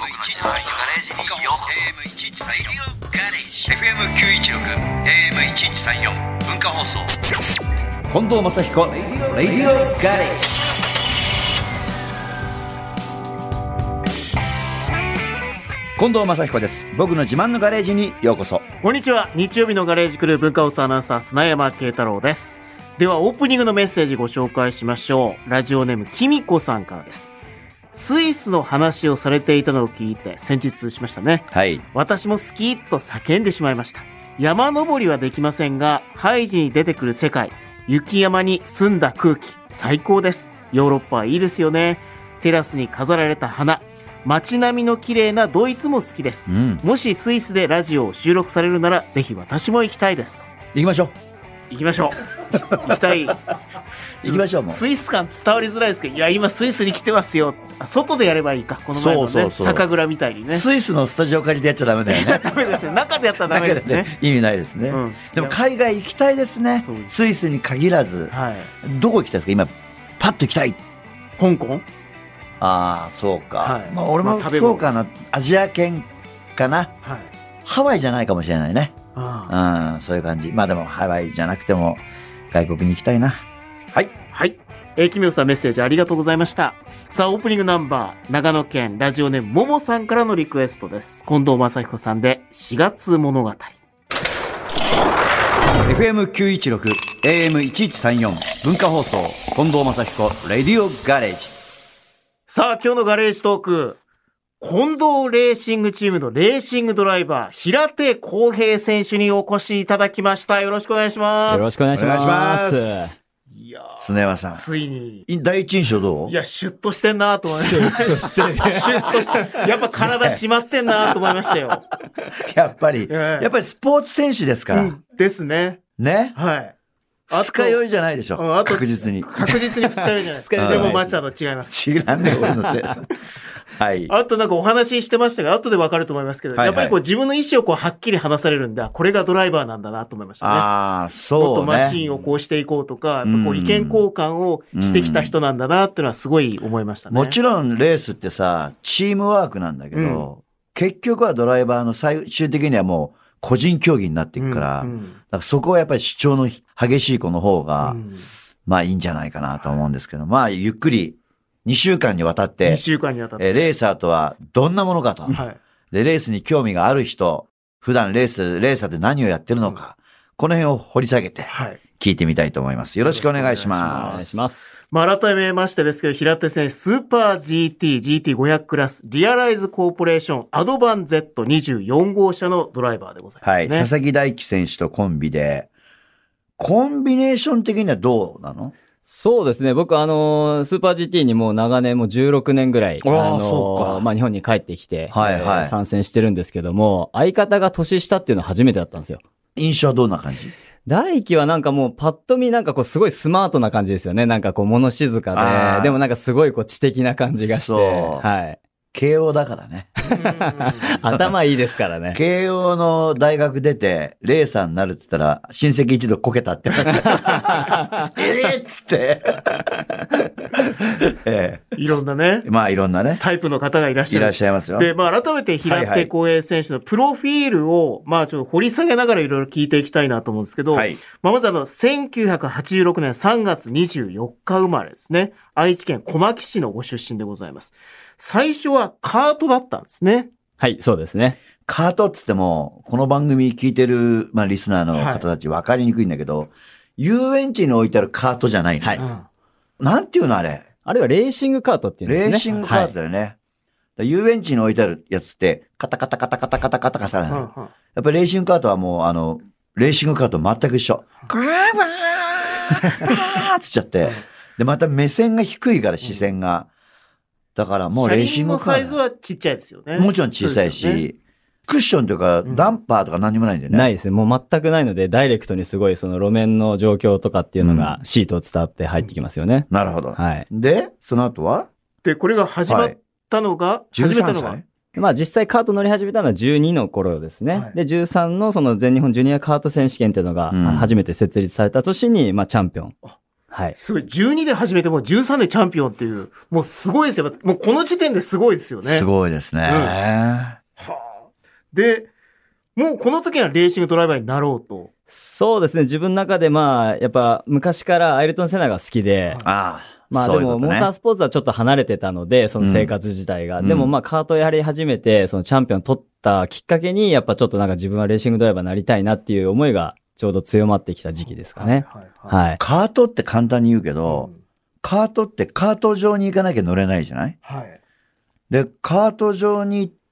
FM1134 文化放送近藤正彦レディオガレージ。近藤正彦です。僕の自慢のガレージにようこそ。 こんにちは。日曜日のガレージクルー文化放送アナウンサー砂山慶太郎です。ではオープニングのメッセージご紹介しましょう。ラジオネームきみこさんからです。スイスの話をされていたのを聞いて先日しましたね。 はい。 私も好きと叫んでしまいました。山登りはできませんが、ハイジに出てくる世界、雪山に澄んだ空気、最高です。ヨーロッパはいいですよね。テラスに飾られた花、街並みの綺麗なドイツも好きです、もしスイスでラジオを収録されるならぜひ私も行きたいですと。 行きましょう行きましょう行きたい行きましょう。もうスイス感伝わりづらいですけど、いや今スイスに来てますよ。外でやればいいか。この前のね、酒蔵みたいにね。 スイスのスタジオ借りてやっちゃダメだよね。 ダメですね。中でやったらダメですね。 意味ないですね、でも海外行きたいですね。スイスに限らず、どこ行きたいですか今パッと行きたい。 香港。 ああそうか、まあ、俺もそうかな、アジア圏かな、ハワイじゃないかもしれないね。そういう感じ。まあでもハワイじゃなくても外国に行きたいな。はいはい。キミオさんメッセージありがとうございました。さあオープニングナンバー、長野県ラジオネームももさんからのリクエストです。近藤正彦さんで4月物語。 FM916 AM1134 文化放送近藤正彦レディオガレージ。 さあ今日のガレージトーク、近藤レーシングチームのレーシングドライバー平手康平選手にお越しいただきました。よろしくお願いします。 よろしくお願いします。 いやー、 砂山さんついに第一印象どう？ いやシュッとしてんなと思いました。シュッとしてやっぱ体締まってんなと思いましたよ。 やっぱりスポーツ選手ですから、 ですね。 ね。 はい。 二日酔いじゃないでしょ。確実に二日酔いじゃないですか。でも松田と違います。 違うんだよ、俺のせい。 はい。あとなんかお話ししてましたが、後でわかると思いますけど、やっぱりこう自分の意思をこうはっきり話されるんだ。これがドライバーなんだなと思いましたね。 ああ、そうね。 もっとマシンをこうしていこうとか、やっぱこう意見交換をしてきた人なんだなっていうのはすごい思いましたね。 もちろんレースってさ、チームワークなんだけど、結局はドライバーの最終的にはもう個人競技になっていくから、だからそこはやっぱり主張の激しい子の方が、まあいいんじゃないかなと思うんですけど、まあゆっくり2週間にわたって、レーサーとはどんなものかと、で、レースに興味がある人、普段レーサーで何をやってるのか、この辺を掘り下げて、聞いてみたいと思います。よろしくお願いします。 お願いします。 まあ、改めましてですけど、平手選手、スーパー GT、GT500 クラス、リアライズコーポレーション、アドバン Z24 号車のドライバーでございますね。 はい。佐々木大輝選手とコンビで、コンビネーション的にはどうなの？ そうですね。僕スーパー GT にもう長年もう16年ぐらい、 そうか。 まあ日本に帰ってきて、参戦してるんですけども、相方が年下っていうのは初めてだったんですよ。 印象はどんな感じ？ 大輝はなんかもうパッと見なんかこうすごいスマートな感じですよね。なんかこう物静かで、でもなんかすごいこう知的な感じがして、はい。 慶応だからね。 頭いいですからね。 慶応の大学出て、レーサーになるって言ったら、親戚一度こけたって話。っつって。 いろんなね。 まあいろんなね。 タイプの方がいらっしゃる。 いらっしゃいますよ。 で、まあ改めて平手康平選手のプロフィールを、まあちょっと掘り下げながらいろいろ聞いていきたいなと思うんですけど、まあまず1986年3月24日生まれですね。愛知県小牧市のご出身でございます。最初はカートだったんですね。 はい、そうですね。 カートって言っても、この番組聞いてる、まあリスナーの方たち分かりにくいんだけど、遊園地に置いてあるカートじゃないの。なんていうのあれ。 あれはレーシングカートっていうんですね。 レーシングカートだよね。遊園地に置いてあるやつって、カタカタカタカタカタカタカタ。やっぱりレーシングカートはもうレーシングカート全く一緒。ガーワーつっちゃって。で、また目線が低いから視線が。だからもうレーシングカート。 車輪のサイズはちっちゃいですよね。 もちろん小さいし、クッションというかダンパーとか何もないんだよね。 ないですね。もう全くないので、ダイレクトにすごいその路面の状況とかっていうのがシートを伝って入ってきますよね。 なるほど。 はい。 で、その後は？ で、これが始まったのが、 13歳？ まあ実際カート乗り始めたのは12の頃ですね。で、13のその全日本ジュニアカート選手権っていうのが初めて設立された年に、まあチャンピオン。 はい。 すごい。12で始めてもう13でチャンピオンっていう、もうすごいですよ。もうこの時点ですごいですよね。 すごいですね。 はあ。で、もうこの時はレーシングドライバーになろうと。 そうですね。自分の中でやっぱ昔からアイルトン・セナが好きで、でも、モータースポーツはちょっと離れてたので、その生活自体が。でもカートをやり始めて、そのチャンピオン取ったきっかけに、やっぱちょっと自分はレーシングドライバーになりたいなっていう思いがちょうど強まってきた時期ですかね。はい。 カートって簡単に言うけど、カートってカート場に行かなきゃ乗れないじゃない？はい。で、カート場に行って、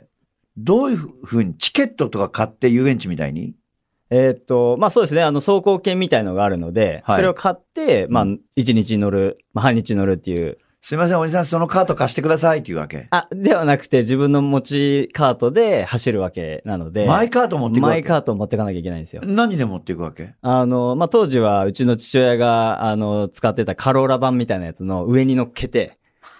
どういうふうにチケットとか買って遊園地みたいに？ そうですね。走行券みたいのがあるので、それを買って、1日乗る、半日乗るっていう。 すいません、おじさん、そのカート貸してくださいっていうわけ？ ではなくて、自分の持ちカートで走るわけなので。 マイカート持っていくわけ？ マイカートを持っていかなきゃいけないんですよ。 何で持っていくわけ？ 当時は、うちの父親が、使ってたカローラ版みたいなやつの上に乗っけて、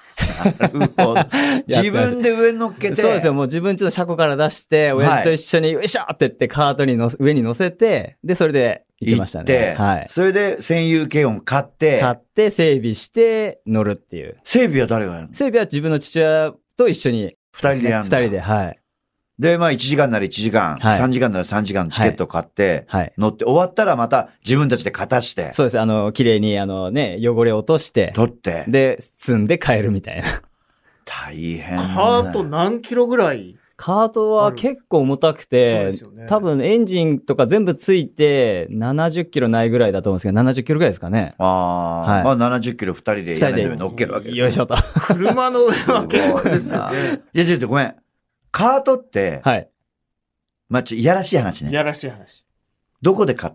自分で上に乗っけて。 そうですよ。もう自分家の車庫から出して、親父と一緒によいしょって言ってカートに上に乗せて、で、それで行ってましたね。はい。 それで占有権を買って、 整備して乗るっていう。 整備は誰がやるの？ 整備は自分の父親と一緒に。 二人でやるんだ。 二人で、はい。 で、1時間なら1時間、3時間なら3時間のチケットを買って、乗って終わったらまた自分たちで片して。 そうです。綺麗に汚れを落として。 取って。 で、積んで帰るみたいな。 大変だ。 カート何キロぐらい？ カートは結構重たくて、多分エンジンとか全部ついて70キロないぐらいだと思うんですけど、70キロぐらいですかね。 70キロ2人で屋根の上に乗っけるわけですよ。 よいしょと。 車の上は結構ですよね。 いや、ちょっとごめん。カートって、いやらしい話ね。 いやらしい話。 どこで買って、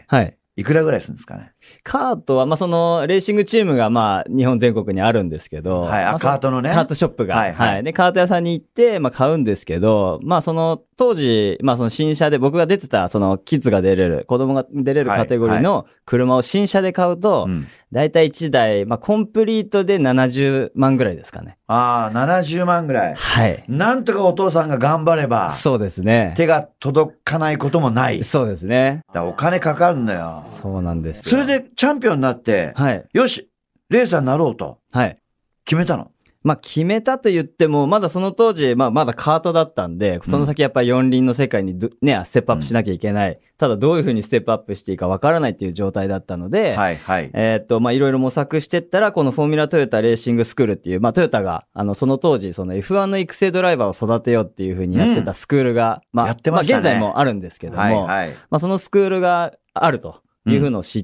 いくらぐらいするんですかね？ カートは、その、レーシングチームが、日本全国にあるんですけど。 カートのね。 カートショップが。で、カート屋さんに行って、買うんですけど、その、当時、その新車で僕が出てた、その、キッズが出れる、子供が出れるカテゴリーの車を新車で買うと、だいたい1台、コンプリートで70万ぐらいですかね。 70万ぐらい。 はい。 なんとかお父さんが頑張れば。 そうですね。 手が届かないこともない。 そうですね。 お金かかるんだよ。 そうなんです。 それでチャンピオンになって、よし、レーサーになろうと。決めたの？ 決めたと言っても、まだその当時、まだカートだったんで、その先やっぱり四輪の世界にね、ステップアップしなきゃいけない。ただどういう風にステップアップしていいかわからないっていう状態だったので、いろいろ模索してったら、このフォーミュラトヨタレーシングスクールっていう、トヨタが、その当時、その F1 の育成ドライバーを育てようっていう風にやってたスクールが、 やってましたね。 現在もあるんですけども、そのスクールがあると。いうふうのを知って、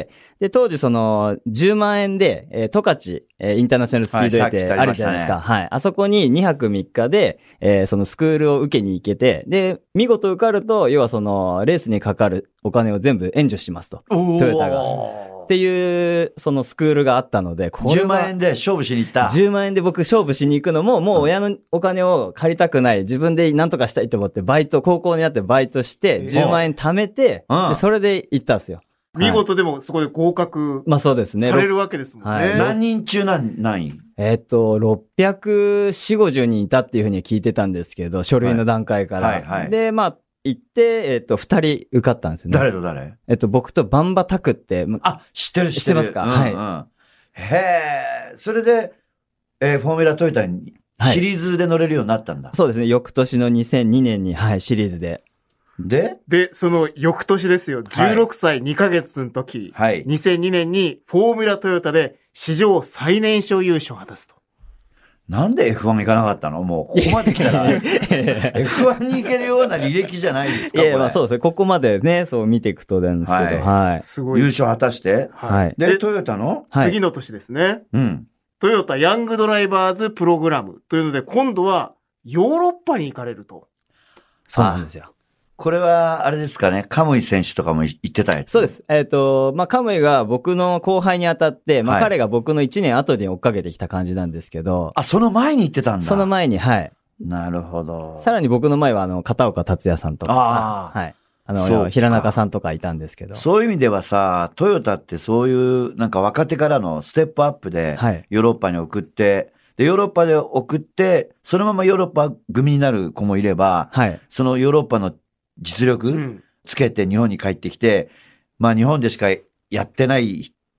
で、当時その、10万円で、十勝、インターナショナルスピードウェイってあるじゃないですか。あそこに2泊3日で、そのスクールを受けに行けて、で、見事受かると、要はその、レースにかかるお金を全部援助しますと。トヨタが。っていう、そのスクールがあったので、 10万円で勝負しに行った。 10万円で僕勝負しに行くのも、もう親のお金を借りたくない、自分で何とかしたいと思って、高校になってバイトして、10万円貯めて、でそれで行ったんですよ。 見事でもそこで合格。 そうですね。 されるわけですもんね。 何人中何位 ？640、50人いたっていうふうに聞いてたんですけど、書類の段階から。で、行って、2人受かったんですよね。 誰と誰？ 僕とバンバタクって。 知ってる。 知ってますか？はい。 へえ。それで、フォーミュラトヨタにシリーズで乗れるようになったんだ。 そうですね。翌年の2002年に、シリーズで。 で、 その翌年ですよ。16歳2ヶ月の時。2002年にフォーミュラトヨタで史上最年少優勝を果たすと。 なんで F1 行かなかったの？もうここまで来たら F1 に行けるような履歴じゃないですか？ そうですね。ここまでね、そう見ていくとなんですけど、 すごい。優勝果たして、で、トヨタの次の年ですね。トヨタヤングドライバーズプログラムというので、今度はヨーロッパに行かれると。 そうなんですよ。 これは、あれですかね、カムイ選手とかも言ってたやつ。 そうです。カムイが僕の後輩に当たって、彼が僕の1年後に追っかけてきた感じなんですけど。 その前に言ってたんだ。 その前に、 なるほど。 さらに僕の前は、片岡達也さんとか。平中さんとかいたんですけど。 そういう意味ではさ、トヨタってそういうなんか若手からのステップアップで、ヨーロッパに送って、で、ヨーロッパで送って、そのままヨーロッパ組になる子もいれば、そのヨーロッパの実力つけて日本に帰ってきて、日本でしかやってない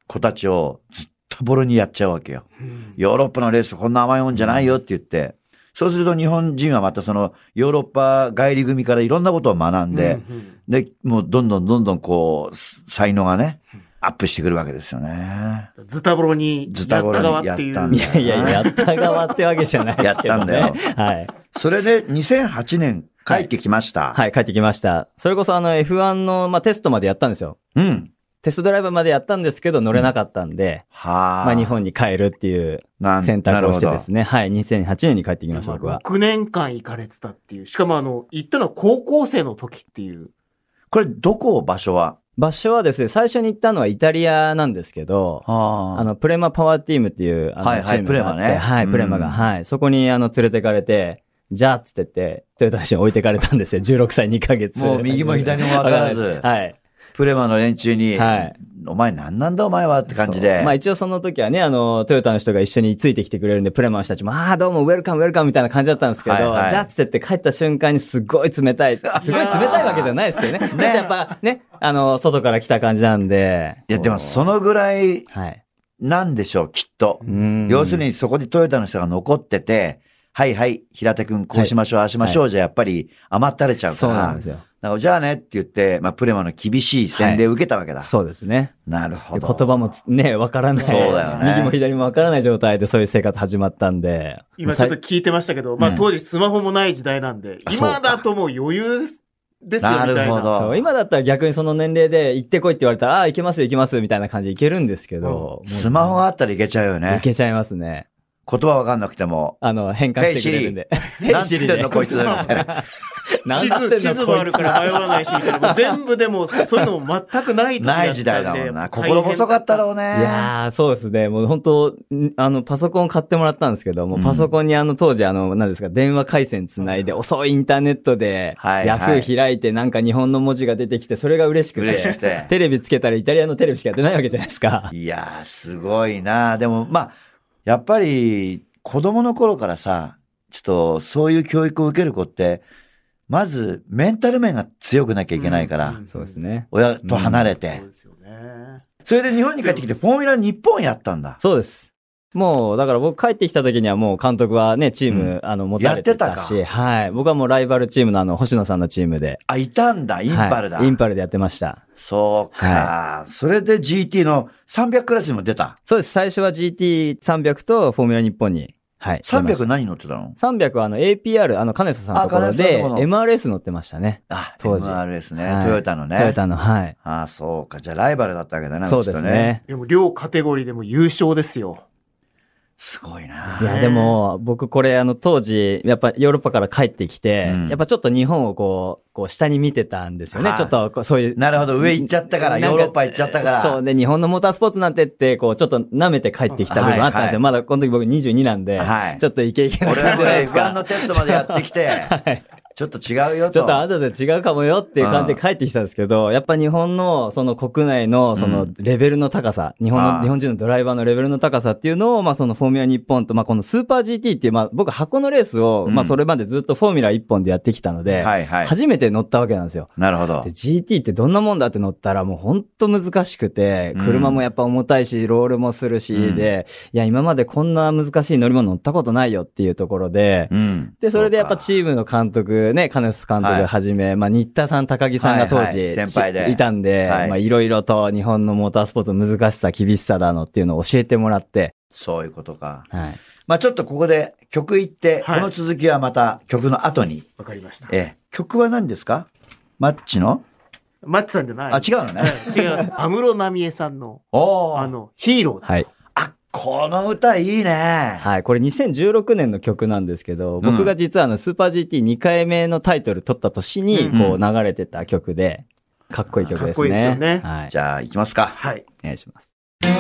子たちをずっとボロにやっちゃうわけよ。ヨーロッパのレースこんな甘いもんじゃないよって言って、そうすると日本人はまたそのヨーロッパ帰り組からいろんなことを学んで、で、もうどんどんこう、才能がね、アップしてくるわけですよね。 ズタボロにやった側っていう。 いや、やった側ってわけじゃないですけどね。 やったんだよ。はい。それで2008年帰ってきました。 はい、帰ってきました。それこそF1 の、テストまでやったんですよ。うん。テストドライバーまでやったんですけど乗れなかったんで、日本に帰るっていう選択をしてですね。はい、2008年に帰ってきました、僕は。 6年間行かれてたっていう。しかも行ったのは高校生の時っていう。 これどこ場所はですね、最初に行ったのはイタリアなんですけど、プレマパワーティームっていうチームがあって、プレマね。はい、プレマが、はい、そこに連れてかれて、じゃあっつってってトヨタ市に置いてかれたんですよ。16歳2ヶ月。 もう右も左も分からず。はい。プレマの連中に、はい、お前何なんだお前はって感じで。 一応その時はね、トヨタの人が一緒についてきてくれるんで、プレマの人たちも、どうもウェルカムみたいな感じだったんですけど、じゃあっつって帰った瞬間にすごい冷たい。すごい冷たいわけじゃないですけどね。ちょっとやっぱね、外から来た感じなんで。 いや、でもそのぐらい、なんでしょう、きっと。要するにそこにトヨタの人が残ってて、はいはい、平手くんこうしましょう、ああしましょうじゃやっぱり余ったれちゃうから。 そうなんですよ。 じゃあねって言って、プレマの厳しい洗礼を受けたわけだ。 そうですね。 なるほど。 言葉もね、わからない。 そうだよね。 右も左もわからない状態でそういう生活始まったんで。 今ちょっと聞いてましたけど、当時スマホもない時代なんで、今だともう余裕ですよみたいな。 なるほど。 そう、今だったら逆にその年齢で行ってこいって言われたら、行けますみたいな感じで行けるんですけど。 スマホがあったら行けちゃうよね。 行けちゃいますね。 言葉わかんなくても。 変換してくれるんで。 何つってんのこいつみたいな。 地図もあるから迷わないし、全部でもそういうのも全くない時だったんで。 ない時代だもんな。心細かったろうね。 いやー、そうですね。もう本当パソコン買ってもらったんですけども、パソコンに当時何ですか、電話回線つないで、遅いインターネットで、ヤフー開いてなんか日本の文字が出てきて、それが嬉しくて、テレビつけたらイタリアのテレビしかやってないわけじゃないですか。 いやー、すごいな。でも、やっぱり、子供の頃からさ、ちょっとそういう教育を受ける子って、まずメンタル面が強くなきゃいけないから、 そうですね。 親と離れて、そうですよね。それで日本に帰ってきてフォーミュラ日本やったんだ。 そうです。もう、だから僕帰ってきた時にはもう監督はね、チーム、持たれてたし、やってたか。はい。僕はもうライバルチームの星野さんのチームで。 いたんだ、インパルだ。 インパルでやってました。 そうか。それで GT の300クラスにも出た。 そうです。最初は GT300 とフォーミュラ日本に。はい。 300何乗ってたの ?300 はAPR、金瀬さんのところで、MRS 乗ってましたね。 当時。MRS ね。トヨタのね。 トヨタの、はい。 そうか。じゃあライバルだったわけだな、 そうですね。 でも両カテゴリーでも優勝ですよ。 すごいな。 いや、でも、僕これ当時、やっぱヨーロッパから帰ってきて、やっぱちょっと日本をこう下に見てたんですよね。ちょっとそういう。 なるほど、上行っちゃったから、ヨーロッパ行っちゃったから。 そうで、日本のモータースポーツなんてって、ちょっと舐めて帰ってきた部分あったんですよ。まだこの時僕22なんで、ちょっとイケイケな感じじゃないですか。 俺は F1 のテストまでやってきて、ちょっと違うよと。 ちょっと後で違うかもよっていう感じで帰ってきたんですけど、やっぱ日本のその国内のそのレベルの高さ、日本人のドライバーのレベルの高さっていうのを、そのフォーミュラ日本と、このスーパー GT っていう、僕箱のレースを、それまでずっとフォーミュラ1本でやってきたので、初めて乗ったわけなんですよ。 なるほど。 で、GT ってどんなもんだって乗ったらもうほんと難しくて、車もやっぱ重たいし、ロールもするし、で、いや、今までこんな難しい乗り物乗ったことないよっていうところで、で、それでやっぱチームの監督ね、金須監督はじめ、新田さん、高木さんが当時、 先輩でいたんで、いろいろと日本のモータースポーツの難しさ、厳しさだのっていうのを教えてもらって。 そういうことか。ちょっとここで曲行って、この続きはまた曲の後に。 わかりました。 曲は何ですか？マッチの？ マッチさんじゃない。 違うのね。 違います。安室奈美恵さんの、ヒーローだ。 はい。 この歌いいね。 はい。これ2016年の曲なんですけど、僕が実はスーパー GT2 回目のタイトル取った年に、流れてた曲で、かっこいい曲ですね。かっこいいですよね。はい。 じゃあ、行きますか。 はい。 お願いします。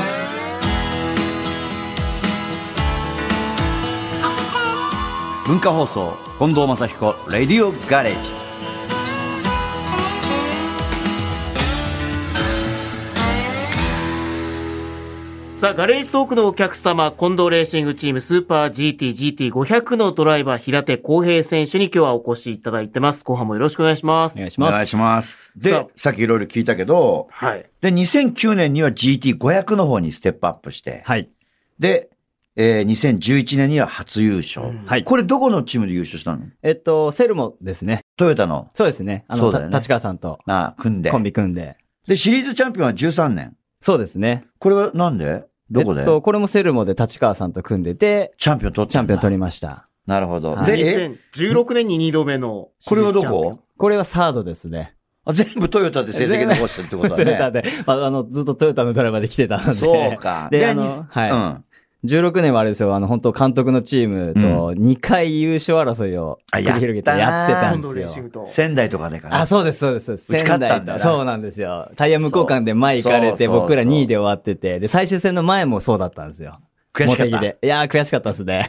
文化放送、近藤正彦、レディオガレージ。 さあ、ガレージトークのお客様、近藤レーシングチームスーパー GT、GT500 のドライバー、平手康平選手に今日はお越しいただいてます。後半もよろしくお願いします。 お願いします。 お願いします。で、さっきいろいろ聞いたけど、 はい。 で、2009年には GT500 の方にステップアップして、 はい。 で、2011年には初優勝。 はい。 これどこのチームで優勝したの？ セルモですね。 トヨタの。 そうですね。 そうだよね。 立川さんと。 組んで。 コンビ組んで。 で、シリーズチャンピオンは13年。 そうですね。 これはなんで？どこで？ これもセルモで立川さんと組んでて、 チャンピオン取りました。 なるほど。 で、2016年に2度目の。 これはどこ？ これはサードですね。 全部トヨタで成績残してるってことだね。 トヨタで、ずっとトヨタのドライバーで来てたんで。 そうか。 で、はい。16年はあれですよ、本当監督のチームと2回優勝争いを繰り広げてやってたんですよ。 仙台とかでかな。そうです。 仙台と。 そうなんですよ。タイヤ無交換で前行かれて、僕ら2位で終わってて、で、最終戦の前もそうだったんですよ。 悔しかった。 いやー、悔しかったですね。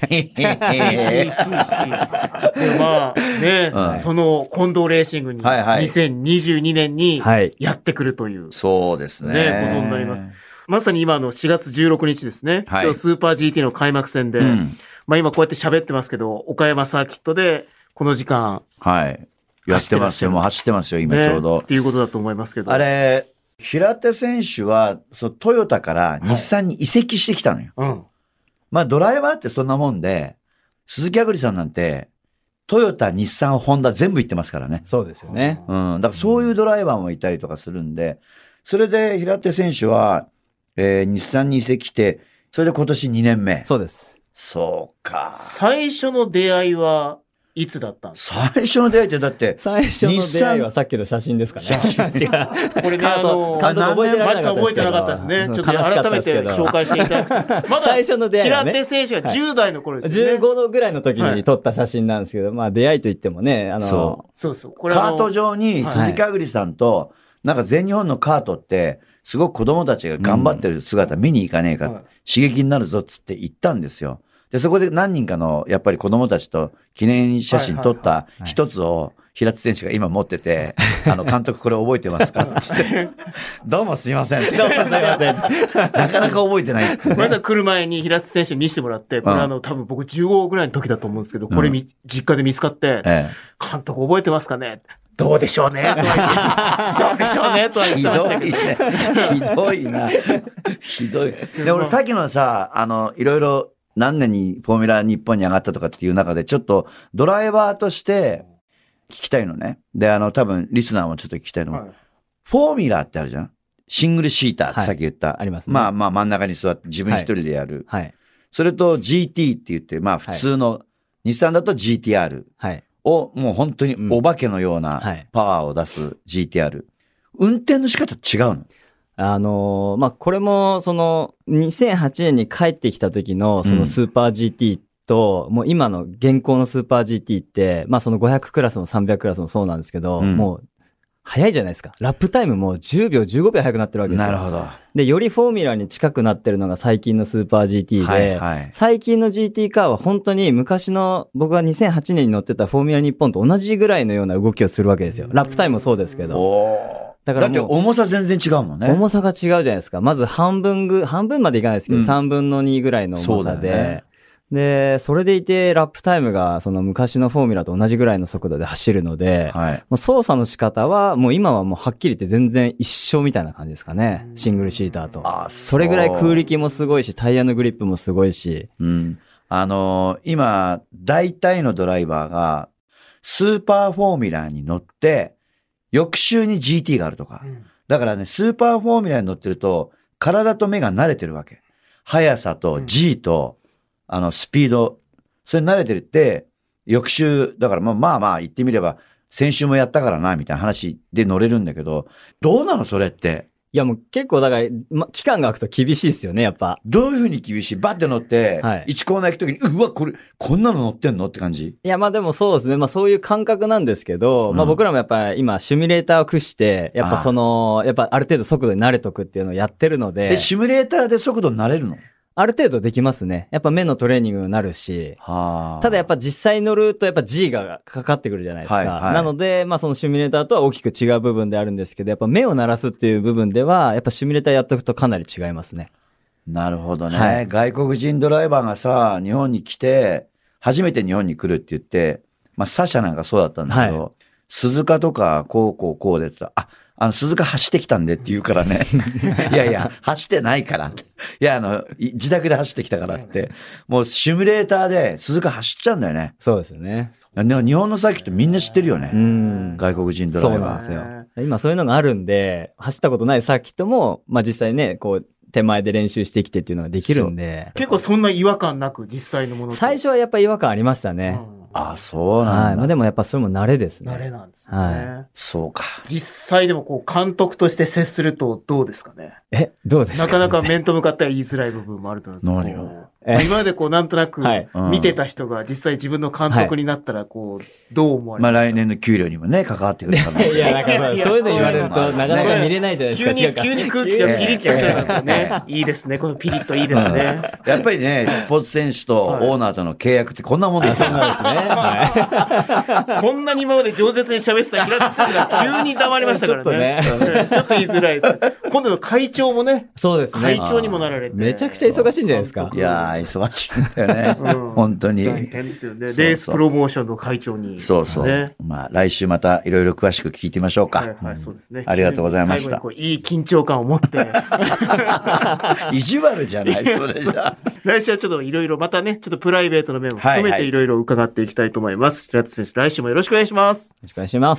まあ、ね、その近藤レーシングに、2022年にやってくるという。 そうですね。 ことになります。まさに今の4月16日ですね。今日スーパー GT の開幕戦で、まあ今こうやって喋ってますけど、岡山サーキットでこの時間。 はい。やってますよ。もう走ってますよ、今ちょうど。 っていうことだと思いますけど。 あれ、平手選手は、トヨタから日産に移籍してきたのよ。まあドライバーってそんなもんで、鈴木あぐりさんなんて、トヨタ、日産、ホンダ全部行ってますからね。 そうですよね。 だからそういうドライバーもいたりとかするんで、それで平手選手は、日産に移籍して、それで今年2年目。 そうです。 そうか。 最初の出会いはいつだったんですか？ 最初の出会いってだって、 最初の出会いはさっきの写真ですかね。 違う。これね、覚えてなかったですね。ちょっと改めて紹介していただくと。まだ、最初の出会いは、平手選手が10代の頃ですね。 15ぐらいの時に撮った写真なんですけど、まあ出会いといってもね、 そう。 これカート上に鈴木あぐりさんと、なんか全日本のカートって、すごく子供たちが頑張ってる姿見に行かねえか、刺激になるぞっつって言ったんですよ。で、そこで何人かの、やっぱり子供たちと記念写真撮った一つを、平津選手が今持ってて、監督これ覚えてますかつって、どうもすいません。どうもすいません。なかなか覚えてないっていう、ね。 まずは来る前に平津選手に見せてもらって、これ多分僕15ぐらいの時だと思うんですけど、これ実家で見つかって、監督覚えてますかねどうでしょうねとは言って。どうでしょうねとは言ってましたけど。 ひどいな。ひどい。で、俺さっきのさ、いろいろ何年にフォーミュラ日本に上がったとかっていう中で、ちょっとドライバーとして聞きたいのね。で、多分リスナーもちょっと聞きたいの。フォーミュラってあるじゃん？シングルシーターってさっき言った。 ありますね。 まあ真ん中に座って自分一人でやる。それと GT って言って、まあ普通の、日産だと GTR。を、もう本当にお化けのようなパワーを出す GTR。運転の仕方違うの？まあ、これも、2008年に帰ってきた時の、スーパー GT と、もう今の現行のスーパー GT って、まあ、500クラスも300クラスもそうなんですけど、もう、早いじゃないですか。ラップタイムも10秒、15秒早くなってるわけですよ。 なるほど。 で、よりフォーミュラに近くなってるのが最近のスーパー GT で、最近の GT カーは本当に昔の僕が2008年に乗ってたフォーミュラ日本と同じぐらいのような動きをするわけですよ。ラップタイムもそうですけど。 だって重さ全然違うもんね。 重さが違うじゃないですか。まず半分までいかないですけど、3分の2ぐらいの重さで。で、それでいて、ラップタイムが、昔のフォーミュラと同じぐらいの速度で走るので、もう操作の仕方は、もう今はもうはっきり言って全然一緒みたいな感じですかね。シングルシーターと。それぐらい空力もすごいし、タイヤのグリップもすごいし。 今、大体のドライバーが、スーパーフォーミュラに乗って、翌週に GT があるとか。だからね、スーパーフォーミュラに乗ってると、体と目が慣れてるわけ。速さと G と、スピード、それに慣れてるって、翌週、だからまあ言ってみれば、先週もやったからな、みたいな話で乗れるんだけど、どうなのそれって。 いやもう結構だから、期間が空くと厳しいですよね、やっぱ。 どういう風に厳しい？バッて乗って、1コーナー行くときに、うわ、こんなの乗ってんのって感じ？ いやまあでもそうですね。まあそういう感覚なんですけど、まあ僕らもやっぱ今シミュレーターを駆使して、やっぱやっぱある程度速度に慣れとくっていうのをやってるので。 シミュレーターで速度に慣れるの？ ある程度できますね。やっぱ目のトレーニングになるし。ただやっぱ実際乗るとやっぱ G がかかってくるじゃないですか。なので、まあそのシミュレーターとは大きく違う部分であるんですけど、やっぱ目を慣らすっていう部分では、やっぱシミュレーターやっとくとかなり違いますね。 なるほどね、はい。外国人ドライバーがさ、日本に来て、初めて日本に来るって言って、まあ、サシャなんかそうだったんだけど、はい、鈴鹿とか、こうでって鈴鹿走ってきたんでって言うからね。いやいや、走ってないからって。いや、自宅で走ってきたからって。もうシミュレーターで鈴鹿走っちゃうんだよね。 そうですよね。 でも日本のサーキットみんな知ってるよね。外国人ドライバー。 そうなんですよ。今そういうのがあるんで、走ったことないサーキットも、まあ実際ね、こう、手前で練習してきてっていうのができるんで。 結構そんな違和感なく実際のものと。 最初はやっぱ違和感ありましたね。 あ、そうなんだ。はい。 まあでもやっぱそれも慣れですね。 慣れなんですね。 はい。 そうか。 実際でもこう監督として接するとどうですかね。 どうですかね。 なかなか面と向かっては言いづらい部分もあると思うんですけど。何を今までこうなんとなく見てた人が実際自分の監督になったらこうどう思われますか。 まあ来年の給料にもね関わってくるかもしれない。 いやなんかそういうの言われるとなかなか見れないじゃないですか。 急に空気がピリッとしてるからね。いいですね。このピリッといいですね。 やっぱりねスポーツ選手とオーナーとの契約ってこんなもんですよね。 こんなに今まで饒舌に喋ってた平田さんが急に黙りましたからね。ちょっと言いづらいです。今度の会長もね。 そうですね。 会長にもなられて。 めちゃくちゃ忙しいんじゃないですか。 いやー忙しいんだよね。本当に。 大変ですよね。レースプロモーションの会長に。 そうそう。まあ来週またいろいろ詳しく聞いてみましょうか。 はい、そうですね。 ありがとうございました。 最後にいい緊張感を持って。 意地悪じゃない、それじゃ。 来週はちょっといろいろまたね、ちょっとプライベートの面も含めていろいろ伺っていきたいと思います。平田選手、来週もよろしくお願いします。 よろしくお願いします。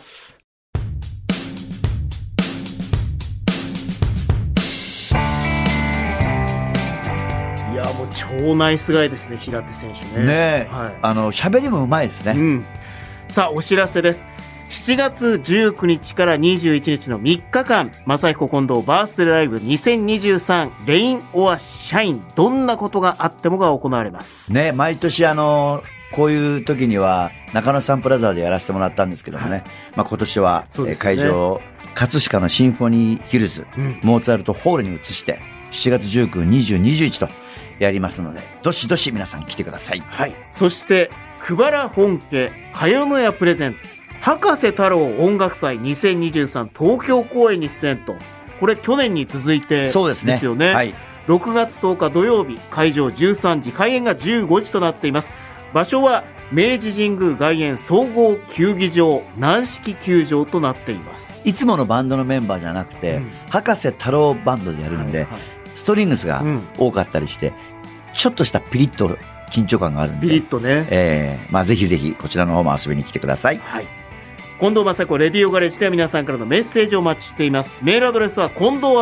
いやもう超ナイスガイですね、平手選手ね。 ねえ、はい、喋りもうまいですね。 さあお知らせです。7月19日から21日の3日間、正彦近藤バースデーライブ2023レインオアシャイン、どんなことがあってもが行われますね。毎年こういう時には中野サンプラザでやらせてもらったんですけどもね、まあ今年は、会場葛飾のシンフォニーヒルズ、モーツァルトホールに移して7月19、20、21とやりますので、どしどし皆さん来てください。 はい。そして久原本家かよのやプレゼンツ博士太郎音楽祭2023東京公演に出演と、これ去年に続いてですよね。はい、6月10日土曜日、会場13時、開演が15時となっています。場所は明治神宮外苑総合球技場軟式球場となっています。 いつものバンドのメンバーじゃなくて、博士太郎バンドでやるんで、ストリングスが多かったりして、ちょっとしたピリッと緊張感があるんで、 ピリッとね、 まあぜひぜひこちらの方も遊びに来てください。 はい。近藤正子レディオガレージでは皆さんからのメッセージをお待ちしています。メールアドレスは近藤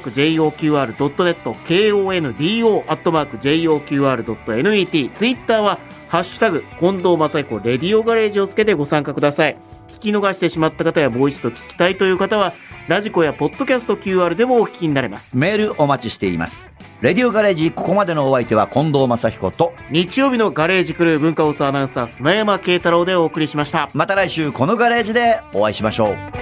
@joqr.net、kondo@joqr.net、ツイッターはハッシュタグ近藤正彦レディオガレージをつけてご参加ください。聞き逃してしまった方やもう一度聞きたいという方はラジコやポッドキャスト QR でもお聞きになれます。 メールお待ちしています。レディオガレージ、ここまでのお相手は近藤正彦と、 日曜日のガレージクルー文化放送アナウンサー砂山慶太郎でお送りしました。 また来週このガレージでお会いしましょう。